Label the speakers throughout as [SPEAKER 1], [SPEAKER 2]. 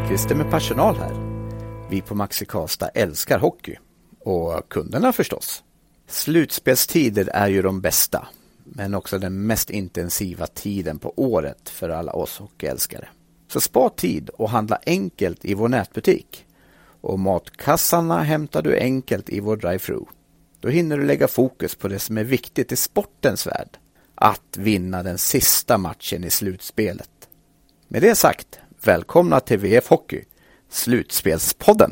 [SPEAKER 1] Lundqvist är med personal här. Vi på Maxi Karlstad älskar hockey. Och kunderna förstås. Slutspelstider är ju de bästa. Men också den mest intensiva tiden på året för alla oss hockeyälskare. Så spar tid och handla enkelt i vår nätbutik. Och matkassarna hämtar du enkelt i vår drive-thru. Då hinner du lägga fokus på det som är viktigt i sportens värld. Att vinna den sista matchen i slutspelet. Med det sagt, välkomna till VF Hockey, Slutspelspodden.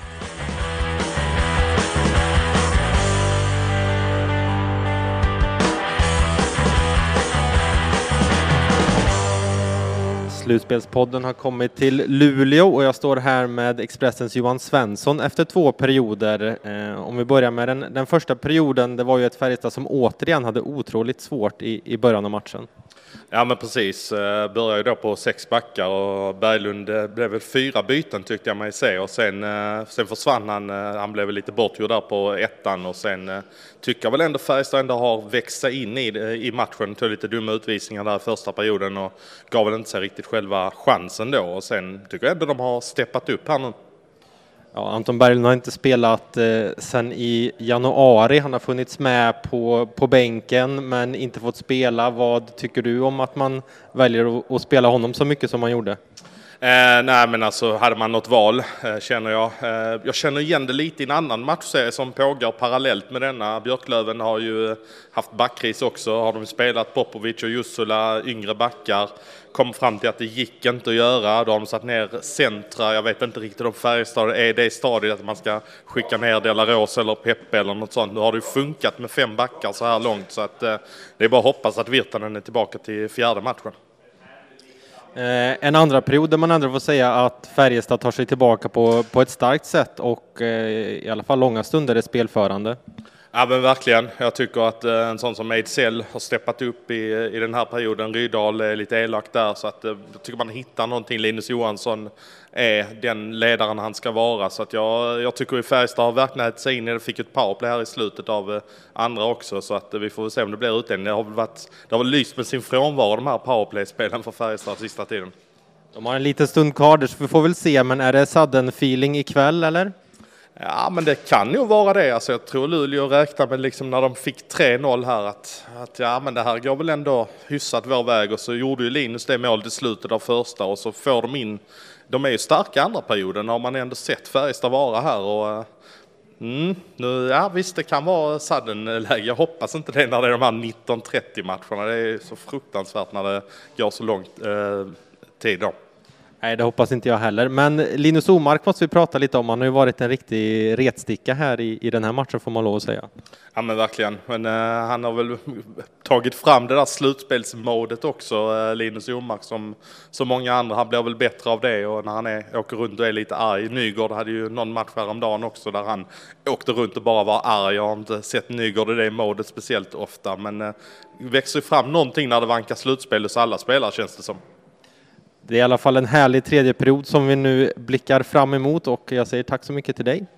[SPEAKER 2] Slutspelspodden har kommit till Luleå och jag står här med Expressens Johan Svensson efter 2 perioder. Om vi börjar med den första perioden, det var ju ett Färjestad som återigen hade otroligt svårt i början av matchen.
[SPEAKER 3] Ja men precis, började ju då på 6 backar och Berglund blev väl 4 byten tyckte jag mig se och sen försvann han blev väl lite bortgjord där på 1:an och sen tycker jag väl ändå Färjestad ändå har växt sig in i matchen, tog lite dumma utvisningar där i första perioden och gav väl inte sig riktigt själva chansen då och sen tycker jag ändå de har steppat upp här nu.
[SPEAKER 2] Ja, Anton Berglund har inte spelat sedan i januari. Han har funnits med på bänken men inte fått spela. Vad tycker du om att man väljer att spela honom så mycket som man gjorde?
[SPEAKER 3] Nej men alltså hade man något val känner jag. Jag känner igen det lite i en annan matchserie som pågår parallellt med denna. Björklöven har ju haft backkris också. Har de spelat Popovic och Jussula, yngre backar. Kom fram till att det gick inte att göra. Då har de satt ner centra. Jag vet inte riktigt om Färjestad är det stadiet att man ska skicka ner Delaros eller Peppe eller något sånt. Nu har det funkat med 5 backar så här långt så att det är bara att hoppas att Virtanen är tillbaka till 4:e matchen.
[SPEAKER 2] En andra period där man ändå får säga att Färjestad tar sig tillbaka på ett starkt sätt och i alla fall långa stunder är spelförande.
[SPEAKER 3] Ja men verkligen. Jag tycker att en sån som Ejdsell har steppat upp i den här perioden. Rydahl är lite elak där så att jag tycker man hittar någonting. Linus Johansson är den ledaren han ska vara så att jag tycker att Färjestad har verkligen ett sig in i det. Fick ett powerplay här i slutet av andra också så att vi får väl se om det blir utdelning. Det har väl lyst med sin frånvaro de här powerplay-spelen för Färjestad sista tiden.
[SPEAKER 2] De har en liten stund kvar så vi får väl se, men är det sudden feeling ikväll eller?
[SPEAKER 3] Ja men det kan ju vara det. Alltså, jag tror Luleå räknar med liksom när de fick 3-0 här att ja men det här går väl ändå hyfsat vår väg och så gjorde ju Linus det målet i slutet av första och så får de in, de är ju starka andra perioden har man ändå sett Färjestad vara här och nu, ja visst det kan vara sudden-läge. Jag hoppas inte det när det är de här 19:30 matcherna. Det är så fruktansvärt när det går så långt tid då.
[SPEAKER 2] Nej, det hoppas inte jag heller. Men Linus Omark måste vi prata lite om. Han har ju varit en riktig retsticka här i den här matchen får man lov att säga. Ja
[SPEAKER 3] men verkligen. Men han har väl tagit fram det där slutspelsmodet också, Linus Omark som så många andra. Han blir väl bättre av det och när han åker runt och är lite arg. Nygård hade ju någon match häromdagen också där han åkte runt och bara var arg. Jag har inte sett Nygård i det modet speciellt ofta. Men växer fram någonting när det vankar slutspel hos alla spelare känns det som.
[SPEAKER 2] Det är i alla fall en härlig tredje period som vi nu blickar fram emot och jag säger tack så mycket till dig.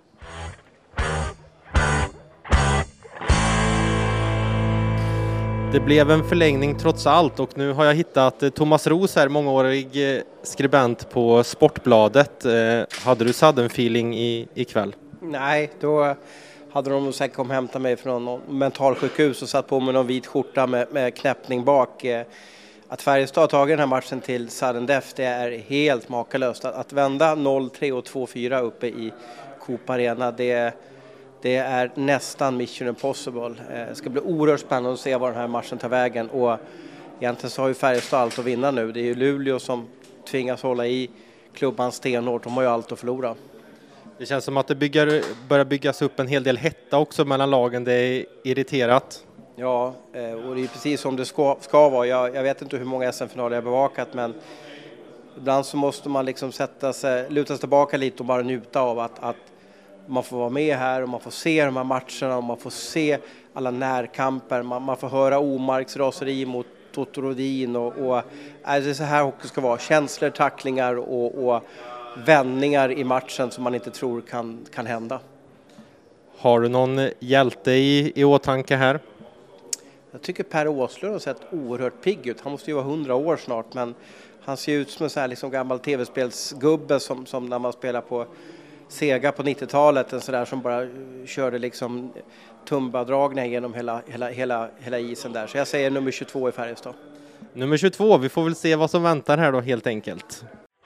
[SPEAKER 2] Det blev en förlängning trots allt och nu har jag hittat Thomas Roos här, mångårig skribent på Sportbladet. Hade du sudden feeling ikväll?
[SPEAKER 4] Nej, då hade de nog säkert kommit och hämtat mig från någon mentalsjukhus och satt på mig någon vit skjorta med knäppning bak. Att Färjestad har tagit den här matchen till sudden death, det är helt makalöst. Att vända 0-3 och 2-4 uppe i Coop Arena, det är nästan mission impossible. Det ska bli oerhört spännande att se var den här matchen tar vägen. Och egentligen så har ju Färjestad allt att vinna nu. Det är ju Luleå som tvingas hålla i klubban stenhårt. De har ju allt att förlora.
[SPEAKER 2] Det känns som att det börjar byggas upp en hel del hetta också mellan lagen. Det är irriterat.
[SPEAKER 4] Ja, och det är precis som det ska vara. Jag vet inte hur många SM-finaler jag har bevakat, men ibland så måste man liksom luta sig tillbaka lite och bara njuta av att man får vara med här och man får se de här matcherna och man får se alla närkamper. Man får höra Omarks raseri mot Toto Rodin och det är så här hockey ska vara. Känslor, tacklingar och vändningar i matchen som man inte tror kan hända.
[SPEAKER 2] Har du någon hjälte i åtanke här?
[SPEAKER 4] Jag tycker Per Åslund har sett oerhört pigg ut. Han måste ju vara 100 år snart, men han ser ut som en sån här liksom gammal tv-spelsgubbe som när man spelar på Sega på 90-talet, en sån där som bara körde liksom tumbadragningar genom hela isen där. Så jag säger nummer 22 i Färjestad.
[SPEAKER 2] Nummer 22, vi får väl se vad som väntar här då helt enkelt.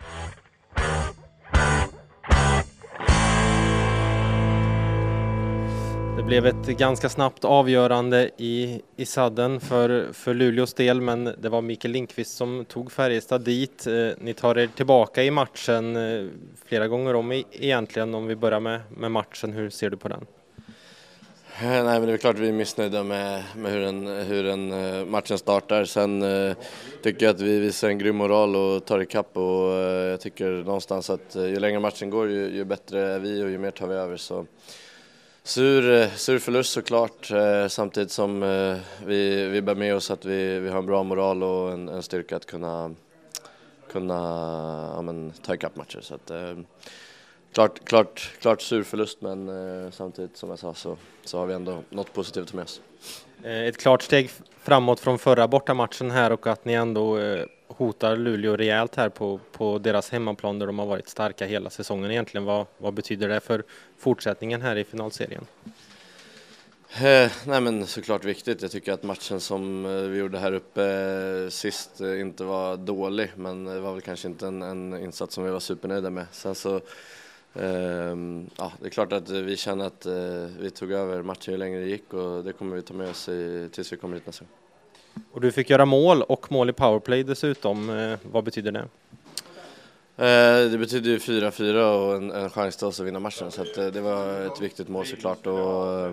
[SPEAKER 2] Det blev ett ganska snabbt avgörande i sadden för Luleås del, men det var Mikael Lindqvist som tog Färjestad dit. Ni tar er tillbaka i matchen flera gånger om egentligen. Om vi börjar med matchen, hur ser du på den?
[SPEAKER 5] Nej, men det är klart vi är missnöjda med hur matchen startar. Sen tycker jag att vi visar en grym moral och tar ikapp, och jag tycker någonstans att ju längre matchen går ju bättre är vi och ju mer tar vi över. Så sur förlust såklart, samtidigt som vi bär med oss att vi har en bra moral och en styrka att kunna ta ikapp matcher. Så att, klart sur förlust, men samtidigt som jag sa så har vi ändå något positivt med oss.
[SPEAKER 2] Ett klart steg framåt från förra bortamatchen här, och att ni ändå hotar Luleå rejält här på deras hemmaplan där de har varit starka hela säsongen egentligen. Vad betyder det för fortsättningen här i finalserien?
[SPEAKER 5] Nej, men såklart viktigt. Jag tycker att matchen som vi gjorde här uppe sist inte var dålig, men det var väl kanske inte en insats som vi var supernöjda med. Sen så det är klart att vi känner att vi tog över matchen ju längre det gick, och det kommer vi ta med oss tills vi kommer dit nästa gång.
[SPEAKER 2] Och du fick göra mål i powerplay dessutom. Vad betyder det?
[SPEAKER 5] Det betyder ju 4-4 och en chans till oss att vinna matchen, så att det var ett viktigt mål såklart. Och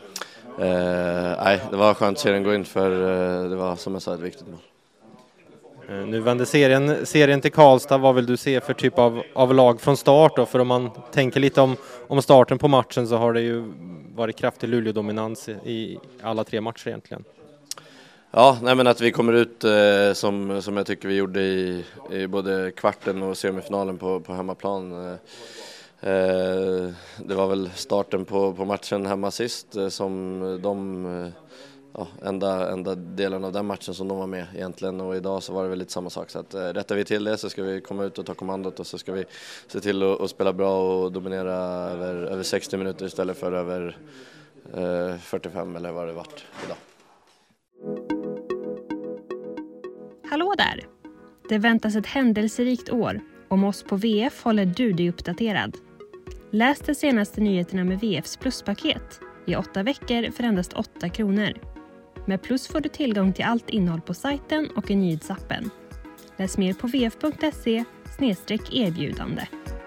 [SPEAKER 5] det var skönt att se den gå in, för det var som jag sa ett viktigt mål.
[SPEAKER 2] Nu vänder serien till Karlstad. Vad vill du se för typ av lag från start då? För om man tänker lite om starten på matchen, så har det ju varit kraftig Luleå-dominans i alla 3 matcher egentligen.
[SPEAKER 5] Ja, nej, men att vi kommer ut som jag tycker vi gjorde i både kvarten och semifinalen på hemmaplan. Det var väl starten på matchen hemma sist som enda delen av den matchen som de var med egentligen, och idag så var det väl lite samma sak. Så att rättar vi till det så ska vi komma ut och ta kommandot, och så ska vi se till att spela bra och dominera över 60 minuter istället för över 45 eller vad det varit idag.
[SPEAKER 6] Hallå där! Det väntas ett händelserikt år. Om oss på VF håller du dig uppdaterad. Läs de senaste nyheterna med VFs pluspaket i 8 veckor för endast 8 kronor. Med Plus får du tillgång till allt innehåll på sajten och i nyhetsappen. Läs mer på vf.se/erbjudande.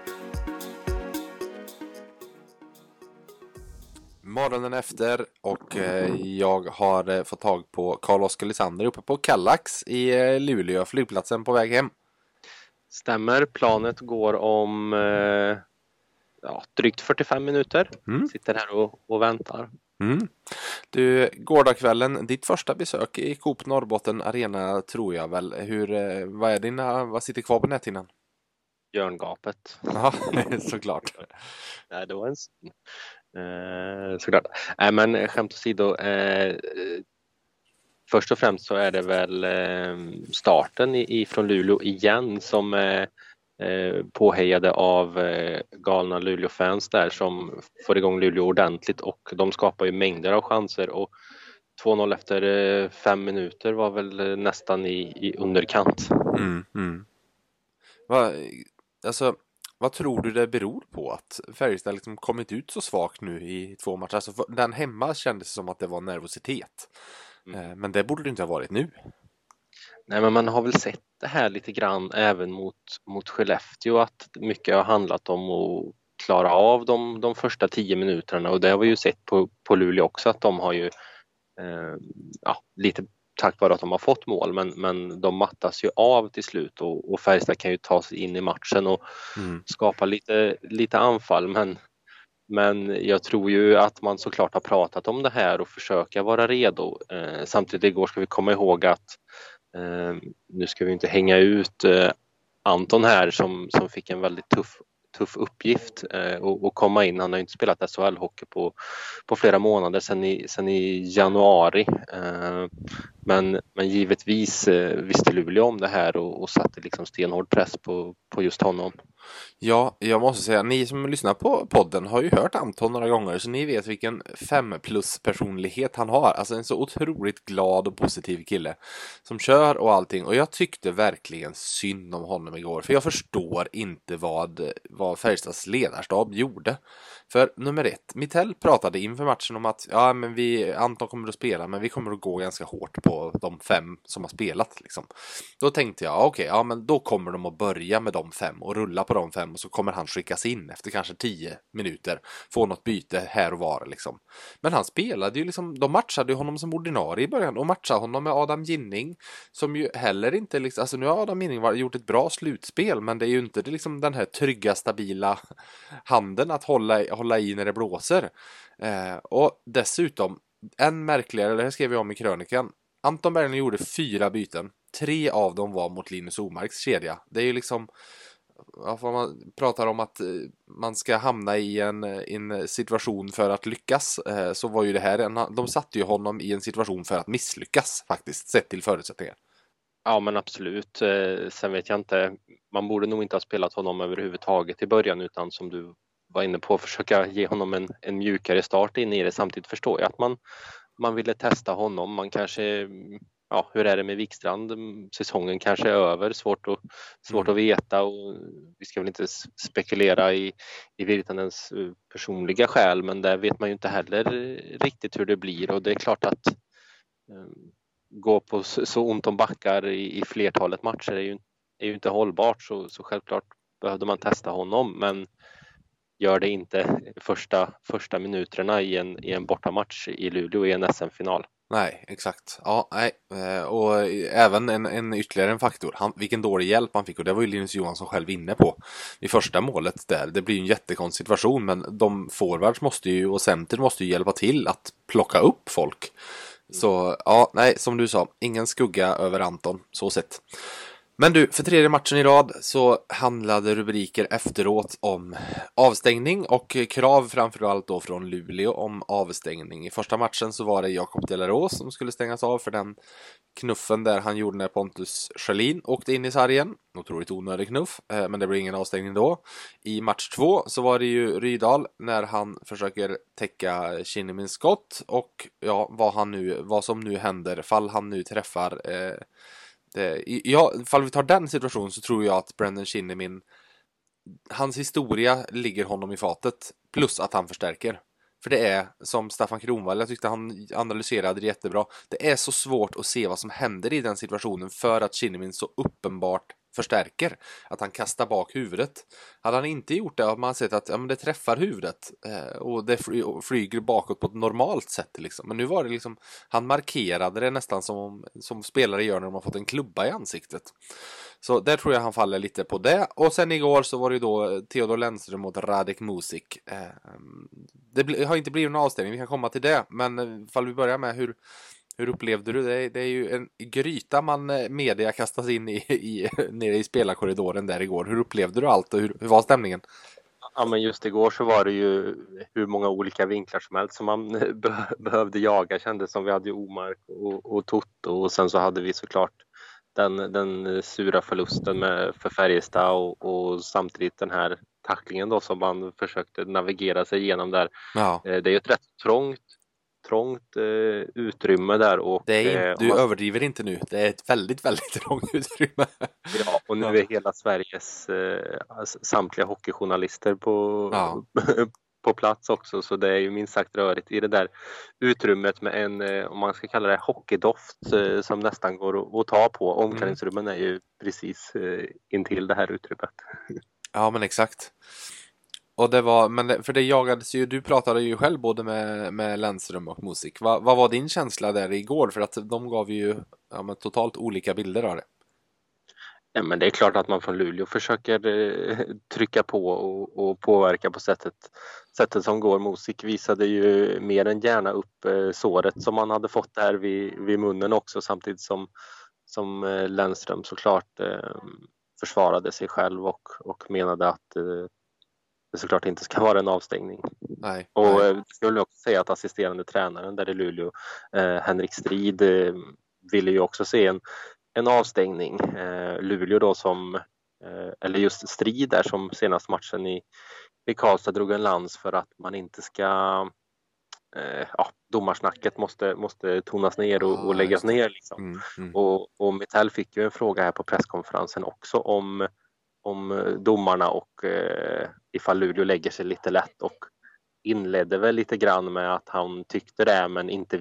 [SPEAKER 7] Morgonen efter, och jag har fått tag på Carl-Oskar Lysander uppe på Kallax i Luleå, flygplatsen, på väg hem.
[SPEAKER 8] Stämmer, planet går om drygt 45 minuter. Sitter här och väntar.
[SPEAKER 7] Du, gårdagskvällen, ditt första besök i Coop Norrbotten Arena tror jag väl. Vad sitter kvar på näthinnan?
[SPEAKER 8] Björngapet.
[SPEAKER 7] Ja, såklart.
[SPEAKER 8] Nej, det var en såklart. Nej, men skämt åsido, först och främst så är det väl starten från Luleå igen som är påhejade av galna Luleå-fans där som får igång Luleå ordentligt, och de skapar ju mängder av chanser, och 2-0 efter 5 minuter var väl nästan i underkant.
[SPEAKER 7] Vad tror du det beror på att Färjestad liksom kommit ut så svagt nu i 2 matcher? Alltså, den hemma kändes som att det var nervositet. Men det borde det inte ha varit nu.
[SPEAKER 8] Nej, men man har väl sett det här lite grann även mot Skellefteå, att mycket har handlat om att klara av de första 10 minuterna, och det har vi ju sett på Luleå också, att de har ju lite tack vare att de har fått mål, men de mattas ju av till slut, och Färjestad kan ju ta sig in i matchen och skapa lite anfall, men jag tror ju att man såklart har pratat om det här och försöka vara redo. Samtidigt igår ska vi komma ihåg att nu ska vi inte hänga ut Anton här som fick en väldigt tuff uppgift och komma in. Han har inte spelat SHL-hockey på flera månader sedan i januari. Men givetvis visste Luleå om det här och satte liksom stenhård press på just honom.
[SPEAKER 7] Ja, jag måste säga, ni som lyssnar på podden har ju hört Anton några gånger, så ni vet vilken 5+ personlighet han har. Alltså en så otroligt glad och positiv kille som kör och allting. Och jag tyckte verkligen synd om honom igår, för jag förstår inte vad Färjestads ledarstab gjorde. För nummer 1, Mitell pratade inför matchen om att Anton kommer att spela, men vi kommer att gå ganska hårt på de 5 som har spelat liksom. Då tänkte jag, men då kommer de att börja med de 5 och rulla på de 5, och så kommer han skickas in efter kanske 10 minuter, få något byte här och var liksom. Men han spelade ju liksom, de matchade ju honom som ordinarie i början och matchade honom med Adam Ginning, som ju heller inte liksom, alltså nu har Adam Ginning gjort ett bra slutspel, men det är ju inte liksom den här trygga, stabila handen att hålla i när det blåser. Och dessutom, än märkligare, det här skrev jag om i krönikan, Anton Berglund gjorde 4 byten. 3 av dem var mot Linus Omarks kedja. Det är ju liksom, man pratar om att man ska hamna i en situation för att lyckas, så var ju det här, de satte ju honom i en situation för att misslyckas faktiskt, sett till förutsättningar.
[SPEAKER 8] Ja, men absolut. Sen vet jag inte, man borde nog inte ha spelat honom överhuvudtaget i början, utan som du var inne på, försöka ge honom en mjukare start in i det. Samtidigt förstår jag att man ville testa honom. Man kanske, hur är det med Wikstrand? Säsongen kanske är över, svårt att veta, och vi ska väl inte spekulera i Virtanens personliga skäl, men där vet man ju inte heller riktigt hur det blir, och det är klart att gå på så ont om backar i flertalet matcher är ju inte hållbart, så självklart behövde man testa honom, men gör det inte första minuterna i en bortamatch i Luleå i en SM-final.
[SPEAKER 7] Nej, exakt. Ja, nej. Och även en ytterligare en faktor. Vilken dålig hjälp han fick, och det var ju Linus Johansson själv inne på i första målet där. Det blir ju en jättekonstig situation, men de forwards och center måste ju hjälpa till att plocka upp folk. Så som du sa, ingen skugga över Anton, så sett. Men du, för 3:e matchen i rad så handlade rubriker efteråt om avstängning och krav framförallt då från Luleå om avstängning. I första matchen så var det Jakob Delaros som skulle stängas av för den knuffen där han gjorde när Pontus Sjölin åkte in i sargen. Otroligt onödig knuff, men det blir ingen avstängning då. I match 2 så var det ju Rydahl när han försöker täcka Kinnimins skott, och vad som nu händer, fall han nu träffar ifall vi tar den situationen, så tror jag att Brendan Shinnimin, hans historia ligger honom i fatet, plus att han förstärker. För det är, som Staffan Kronwall, jag tyckte han analyserade det jättebra, det är så svårt att se vad som händer i den situationen, för att Shinnimin så uppenbart förstärker, att han kastar bak huvudet. Hade han inte gjort det, har man sett att det träffar huvudet och det flyger bakåt på ett normalt sätt liksom. Men nu var det liksom, han markerade det nästan som spelare gör när de har fått en klubba i ansiktet. Så där tror jag han faller lite på det. Och sen igår så var det då Theodor Lennström mot Radek Musik. Det har inte blivit någon avstängning, vi kan komma till det, men ifall vi börjar med hur upplevde du det? Det är ju en gryta media kastas in nere i spelarkorridoren där igår. Hur upplevde du allt och hur var stämningen?
[SPEAKER 8] Ja, men just igår så var det ju hur många olika vinklar som helst som man behövde jaga. Kändes som vi hade ju Omark och Toto, och sen så hade vi såklart den sura förlusten för Färjestad och samtidigt den här tacklingen då som man försökte navigera sig igenom där. Ja. Det är ju ett rätt trångt utrymme där, och
[SPEAKER 7] du överdriver inte nu. Det är ett väldigt, väldigt trångt utrymme.
[SPEAKER 8] Ja, och nu är hela Sveriges samtliga hockeyjournalister på plats också, så det är ju minst sagt rörigt i det där utrymmet med en, om man ska kalla det, hockeydoft som nästan går att ta på. Omklädningsrummen är ju precis intill det här utrymmet.
[SPEAKER 7] Ja, men exakt. Och det var, för det jagades ju, du pratade ju själv både med Lennström och Musik. Vad var din känsla där igår? För att de gav ju totalt olika bilder av det.
[SPEAKER 8] Ja, men det är klart att man från Luleå försöker trycka på och påverka på sättet som går. Musik visade ju mer än gärna upp såret som man hade fått där vid munnen också, samtidigt som Lennström såklart försvarade sig själv och menade att det såklart inte ska vara en avstängning.
[SPEAKER 7] Nej.
[SPEAKER 8] Och jag skulle också säga att assisterande tränaren där i Luleå, Henrik Strid, ville ju också se en avstängning. Luleå då som, eller just Strid där som senast matchen i Karlstad drog en lans för att man inte ska, domarsnacket måste tonas ner och läggas ner liksom. Och Mitell fick ju en fråga här på presskonferensen också om domarna och ifall Luleå lägger sig lite lätt, och inledde väl lite grann med att han tyckte det men inte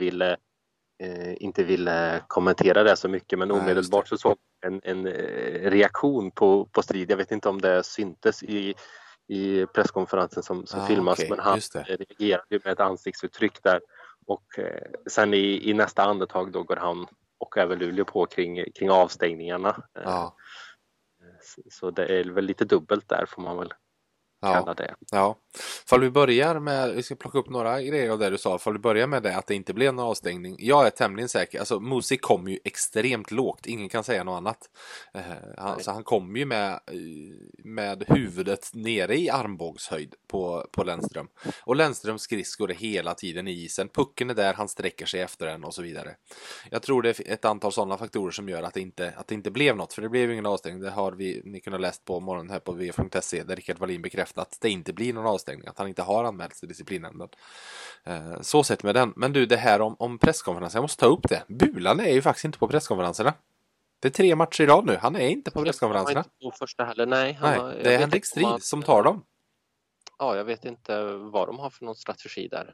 [SPEAKER 8] ville kommentera det så mycket, men omedelbart så såg en reaktion på Strid. Jag vet inte om det syntes i presskonferensen som filmas, men han reagerade med ett ansiktsuttryck där, och sen i nästa andetag då går han och även Luleå på kring avstängningarna. Så det är väl lite dubbelt där, får man väl kalla det.
[SPEAKER 7] Ja. Fall vi börjar med, vi ska plocka upp några grejer av det du sa. Fall vi börjar med det att det inte blev någon avstängning. Jag är tämligen säker, alltså Musi kom ju extremt lågt, ingen kan säga något annat. Så han kom ju med huvudet nere i armbågshöjd på Lennström. Och Lennström skridskor hela tiden i isen. Pucken är där, han sträcker sig efter den och så vidare. Jag tror det är ett antal sådana faktorer som gör att det inte blev något. För det blev ingen avstängning. Det har ni kunnat läst på morgonen här på vf.se där Rickard Wallin bekräftat att det inte blir någon avstängning, att han inte har anmälts till disciplinnämnden. Så sett med den. Men du, det här om presskonferensen, jag måste ta upp det. Bulan är ju faktiskt inte på presskonferenserna. Det är 3 matcher i rad nu. Han är inte på presskonferenserna.
[SPEAKER 8] På första heller, nej.
[SPEAKER 7] Det är Henrik Strid som tar dem.
[SPEAKER 8] Ja, jag vet inte vad de har för någon strategi där.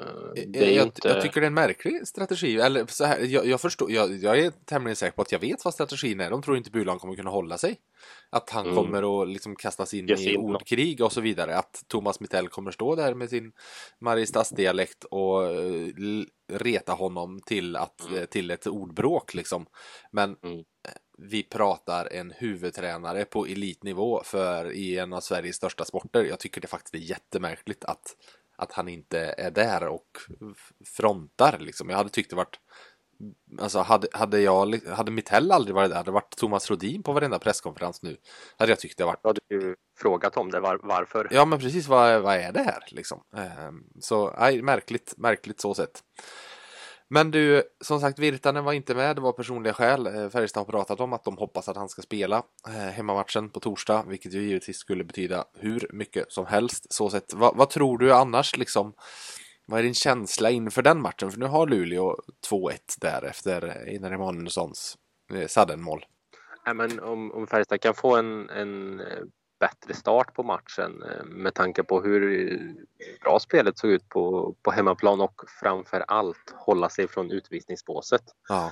[SPEAKER 7] Jag tycker det är en märklig strategi. Eller så här, jag förstår, jag är tämligen säker på att jag vet vad strategin är. De tror inte Bulan kommer kunna hålla sig. Att han kommer att liksom kastas in i ordkrig och så vidare. Att Thomas Mitell kommer stå där med sin Mariestadsdialekt och reta honom till ett ordbråk liksom. Men vi pratar en huvudtränare på elitnivå i en av Sveriges största sporter. Jag tycker det faktiskt är jättemärkligt att han inte är där och frontar liksom. Jag hade tyckt det varit, alltså hade Mitell aldrig varit där, hade det varit Thomas Rodin på varenda presskonferens nu, hade jag tyckt det varit.
[SPEAKER 8] Jag hade ju frågat om det, varför.
[SPEAKER 7] Ja, men precis, vad är det här liksom? Så märkligt så sett. Men du, som sagt, Virtanen var inte med, det var personliga skäl. Färjestad har pratat om att de hoppas att han ska spela hemmamatchen på torsdag, vilket ju givetvis skulle betyda hur mycket som helst. Så sett, vad tror du annars liksom? Vad är din känsla inför den matchen? För nu har Luleå 2-1 där efter Einar Emanuelssons saddenmål.
[SPEAKER 8] Ja, men om Färjestad kan få en bättre start på matchen med tanke på hur bra spelet såg ut på hemmaplan och framför allt hålla sig från utvisningsbåset. Ja.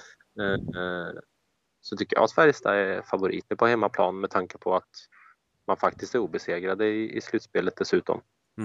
[SPEAKER 8] Så tycker jag att Färjestad är favoriter på hemmaplan med tanke på att man faktiskt är obesegrade i slutspelet dessutom.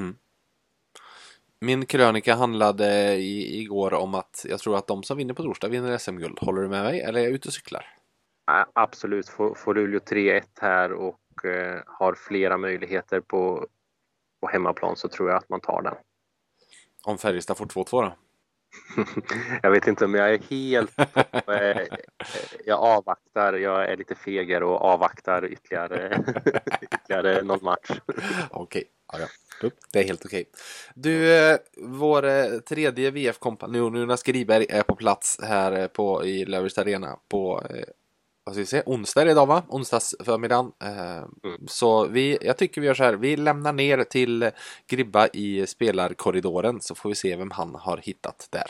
[SPEAKER 7] Min krönika handlade igår om att jag tror att de som vinner på torsdag vinner SM-guld. Håller du med mig eller är jag ute och cyklar?
[SPEAKER 8] Ja, absolut. Får Luleå 3-1 här och har flera möjligheter på hemmaplan så tror jag att man tar den.
[SPEAKER 7] Om Färjestad får 2-2 då?
[SPEAKER 8] Jag vet inte om jag är helt... jag avvaktar, jag är lite fegare och avvaktar ytterligare någon match.
[SPEAKER 7] Okej, ja. Det är helt okej. Du, vår tredje VF-kompanjon Jonas Griberg är på plats här i Löfbergs Arena på onsdag idag, va? Onsdags förmiddagen. Så jag tycker vi gör så här. Vi lämnar ner till Gribba i spelarkorridoren så får vi se vem han har hittat där.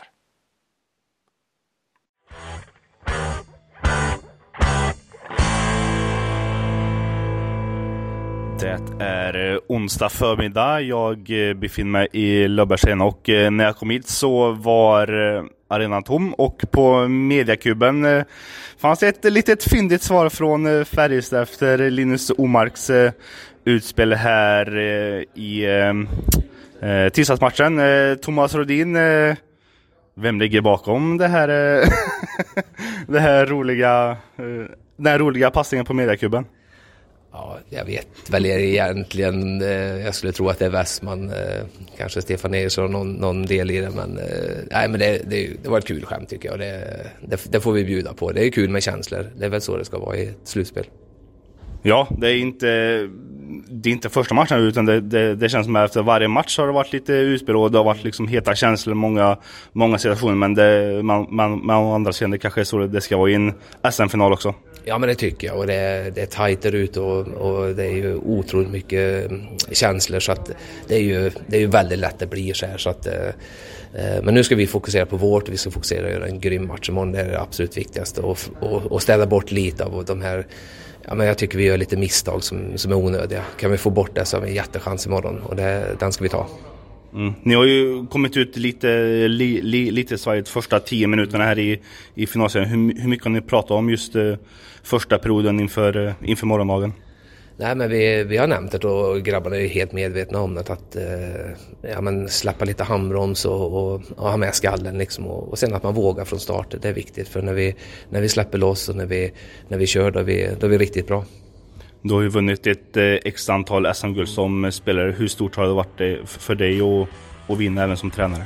[SPEAKER 9] Det är onsdag förmiddag. Jag befinner mig i Löfbergs Arena och när jag kom hit så var arenan tom och på mediakuben fanns ett litet fyndigt svar från Färjestad efter Linus Omarks utspel här i tisdagsmatchen. Thomas Rodin, vem ligger bakom det här den här roliga passningen på mediakuben?
[SPEAKER 10] Ja, jag vet väl egentligen, jag skulle tro att det är Westman, kanske Stefan Eriksson någon del i det, men nej, men det var ett kul skämt tycker jag, det får vi bjuda på, det är kul med känslor, det är väl så det ska vara i ett slutspel.
[SPEAKER 9] Ja, det är inte det är inte första matchen, utan det känns som att efter varje match har det varit lite utspel och det har varit liksom heta känslor, många situationer, men man å andra sidan det kanske är så det ska vara i en SM-final också.
[SPEAKER 10] Ja, men det tycker jag, och det är tajt där ute och det är ju otroligt mycket känslor, så att det är ju väldigt lätt att bli så här, så att men nu ska vi fokusera på vårt, vi ska fokusera på att göra en grym match imorgon, det är det absolut viktigaste, och ställa bort lite av de här. Ja, men jag tycker vi gör lite misstag som är onödiga. Kan vi få bort det så har vi en jättechans imorgon, och den ska vi ta.
[SPEAKER 9] Ni har ju kommit ut lite svajigt första 10 minuterna här i finalen. Hur mycket har ni pratat om just första perioden inför morgondagen?
[SPEAKER 10] Nej, men vi har nämnt det, och grabbarna är helt medvetna om det, att släppa lite handbroms och ha med skallen liksom, och sen att man vågar från start, det är viktigt, för när vi släpper loss och när vi kör då är vi riktigt bra.
[SPEAKER 9] Du har ju vunnit ett x antal SM-guld som spelare. Hur stort har det varit för dig att vinna även som tränare?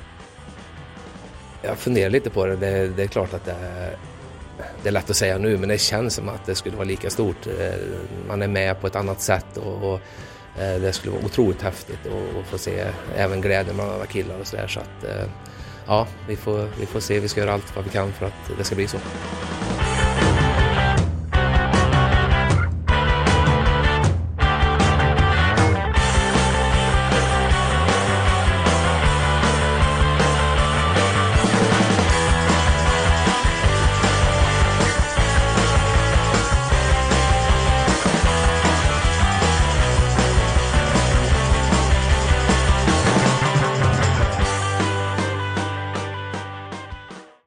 [SPEAKER 10] Jag funderar lite på det. Det är klart att det är lätt att säga nu, men det känns som att det skulle vara lika stort. Man är med på ett annat sätt, och det skulle vara otroligt häftigt att få se även glädjen bland alla killar och sådär. Så att ja, vi får se, vi ska göra allt vad vi kan för att det ska bli så.